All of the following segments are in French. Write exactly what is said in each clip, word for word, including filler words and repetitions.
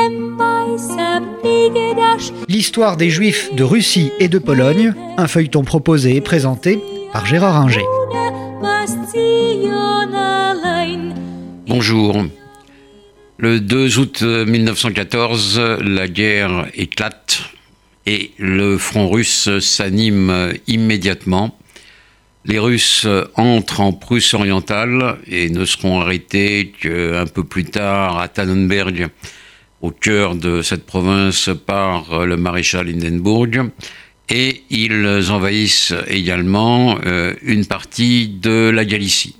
L'histoire des Juifs de Russie et de Pologne, un feuilleton proposé et présenté par Gérard Inger. Bonjour. Le deux août mille neuf cent quatorze, la guerre éclate et le front russe s'anime immédiatement. Les Russes entrent en Prusse orientale et ne seront arrêtés qu'un peu plus tard à Tannenberg, au cœur de cette province, par le maréchal Hindenburg. Et ils envahissent également euh, une partie de la Galicie.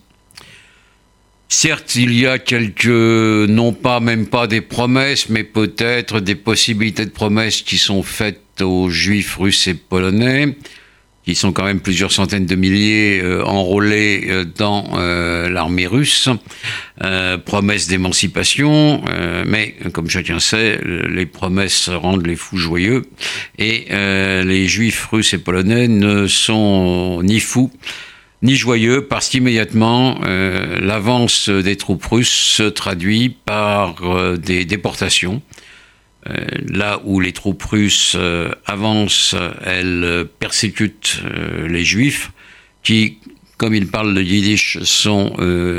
Certes, il y a quelques, non pas, même pas des promesses, mais peut-être des possibilités de promesses qui sont faites aux Juifs russes et polonais, qui sont quand même plusieurs centaines de milliers euh, enrôlés euh, dans euh, l'armée russe, euh, promesses d'émancipation, euh, mais comme chacun sait, les promesses rendent les fous joyeux, et euh, les Juifs russes et polonais ne sont ni fous, ni joyeux, parce qu'immédiatement, euh, l'avance des troupes russes se traduit par euh, des déportations. Euh, là où les troupes russes euh, avancent, elles euh, persécutent euh, les Juifs, qui, comme ils parlent le yiddish, sont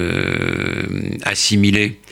euh, assimilés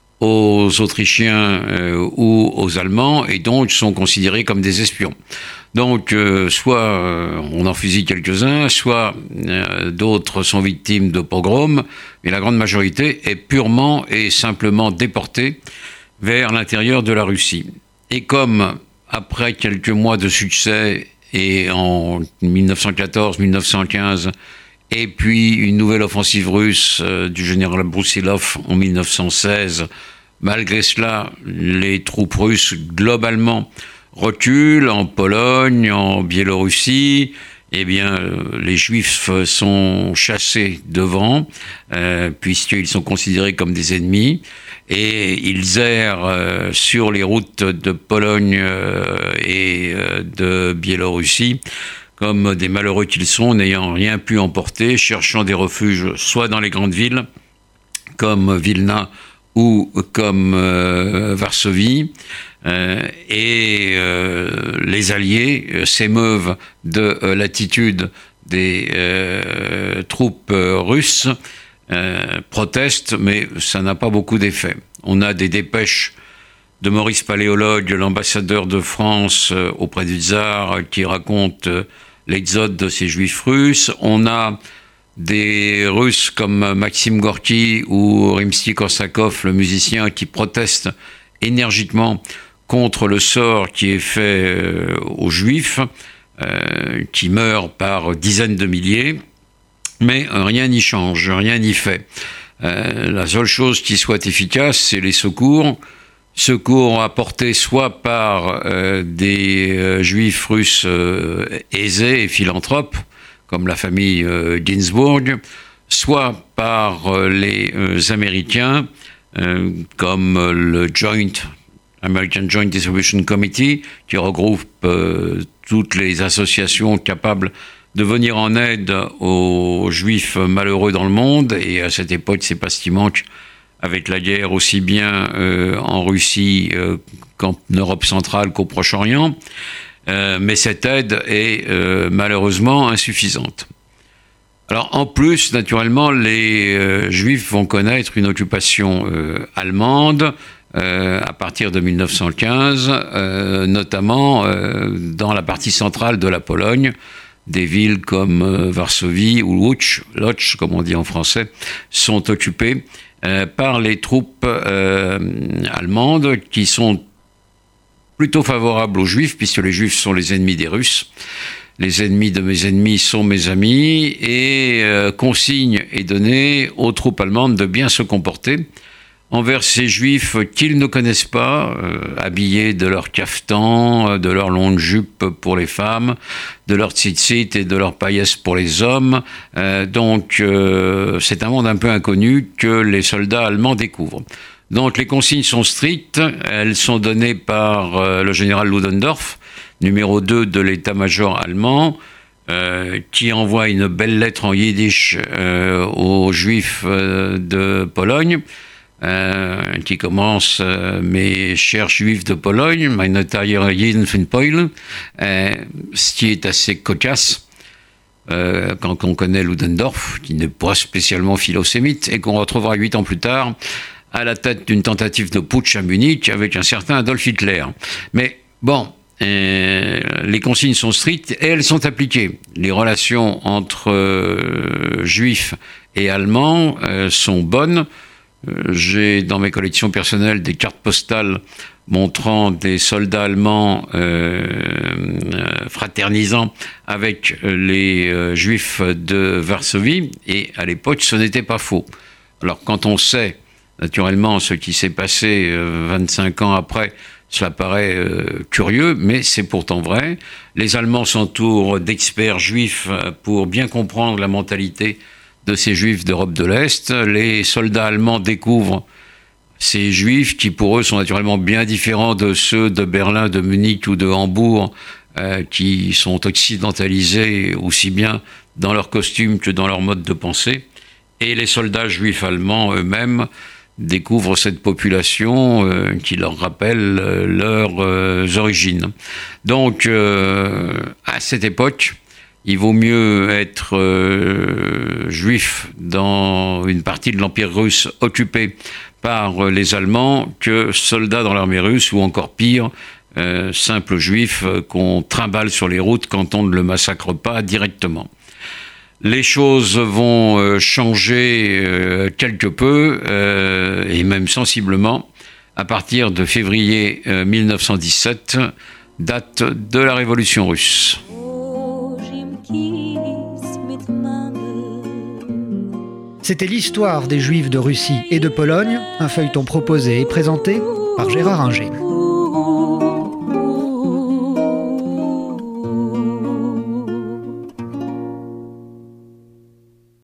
aux Autrichiens euh, ou aux Allemands, et donc sont considérés comme des espions. Donc, euh, soit euh, on en fusille quelques-uns, soit euh, d'autres sont victimes de pogroms, mais la grande majorité est purement et simplement déportée vers l'intérieur de la Russie. Et comme, après quelques mois de succès, et en mille neuf cent quatorze mille neuf cent quinze, et puis une nouvelle offensive russe euh, du général Broussilov en mille neuf cent seize, malgré cela, les troupes russes, globalement, reculent en Pologne, en Biélorussie. Eh bien, euh, les Juifs sont chassés devant, euh, puisqu'ils sont considérés comme des ennemis, et ils errent euh, sur les routes de Pologne euh, et euh, de Biélorussie, comme des malheureux qu'ils sont, n'ayant rien pu emporter, cherchant des refuges soit dans les grandes villes, comme Vilna ou comme euh, Varsovie. Euh, et euh, les Alliés euh, s'émeuvent de euh, l'attitude des euh, troupes euh, russes, euh, protestent, mais ça n'a pas beaucoup d'effet. On a des dépêches de Maurice Paléologue, l'ambassadeur de France euh, auprès du tsar, qui raconte euh, l'exode de ces Juifs russes. On a des Russes comme Maxime Gorky ou Rimsky-Korsakov, le musicien, qui protestent énergiquement contre le sort qui est fait euh, aux Juifs, euh, qui meurent par dizaines de milliers, mais rien n'y change, rien n'y fait. Euh, la seule chose qui soit efficace, c'est les secours, secours apportés soit par euh, des euh, Juifs russes euh, aisés et philanthropes, comme la famille euh, Ginsburg, soit par euh, les euh, Américains, euh, comme le Joint American Joint Distribution Committee, qui regroupe euh, toutes les associations capables de venir en aide aux Juifs malheureux dans le monde. Et à cette époque, c'est pas ce qui manque avec la guerre, aussi bien euh, en Russie euh, qu'en Europe centrale qu'au Proche-Orient. Euh, mais cette aide est euh, malheureusement insuffisante. Alors en plus, naturellement, les euh, Juifs vont connaître une occupation euh, allemande, Euh, à partir de mille neuf cent quinze, euh, notamment euh, dans la partie centrale de la Pologne. Des villes comme euh, Varsovie ou Łódź, Łódź, comme on dit en français, sont occupées euh, par les troupes euh, allemandes, qui sont plutôt favorables aux Juifs, puisque les Juifs sont les ennemis des Russes. Les ennemis de mes ennemis sont mes amis, et euh, consigne est donnée aux troupes allemandes de bien se comporter envers ces Juifs qu'ils ne connaissent pas, euh, habillés de leur caftan, de leur longue jupe pour les femmes, de leur tzitzit et de leur paillesse pour les hommes. Euh, donc, euh, c'est un monde un peu inconnu que les soldats allemands découvrent. Donc, les consignes sont strictes. Elles sont données par euh, le général Ludendorff, numéro deux de l'état-major allemand, euh, qui envoie une belle lettre en yiddish euh, aux Juifs euh, de Pologne, euh, qui commence euh, « Mes chers juifs de Pologne, meine teuren Juden von Polen euh, », ce qui est assez cocasse euh, quand on connaît Ludendorff, qui n'est pas spécialement philosémite, et qu'on retrouvera huit ans plus tard à la tête d'une tentative de putsch à Munich avec un certain Adolf Hitler. Mais bon, euh, les consignes sont strictes et elles sont appliquées. Les relations entre euh, juifs et allemands euh, sont bonnes. Euh, j'ai dans mes collections personnelles des cartes postales montrant des soldats allemands euh, euh, fraternisant avec les euh, juifs de Varsovie, et à l'époque ce n'était pas faux. Alors quand on sait naturellement ce qui s'est passé euh, vingt-cinq ans après, cela paraît euh, curieux, mais c'est pourtant vrai. Les Allemands s'entourent d'experts juifs pour bien comprendre la mentalité de ces juifs d'Europe de l'Est. Les soldats allemands découvrent ces juifs qui, pour eux, sont naturellement bien différents de ceux de Berlin, de Munich ou de Hambourg, euh, qui sont occidentalisés aussi bien dans leur costume que dans leur mode de pensée. Et les soldats juifs allemands eux-mêmes découvrent cette population euh, qui leur rappelle euh, leurs euh, origines. Donc, euh, à cette époque, il vaut mieux être euh, juif dans une partie de l'Empire russe occupée par les Allemands que soldat dans l'armée russe, ou encore pire, euh, simple juif qu'on trimballe sur les routes quand on ne le massacre pas directement. Les choses vont euh, changer euh, quelque peu, euh, et même sensiblement, à partir de février euh, mille neuf cent dix-sept, date de la Révolution russe. C'était l'histoire des Juifs de Russie et de Pologne, un feuilleton proposé et présenté par Gérard Inger.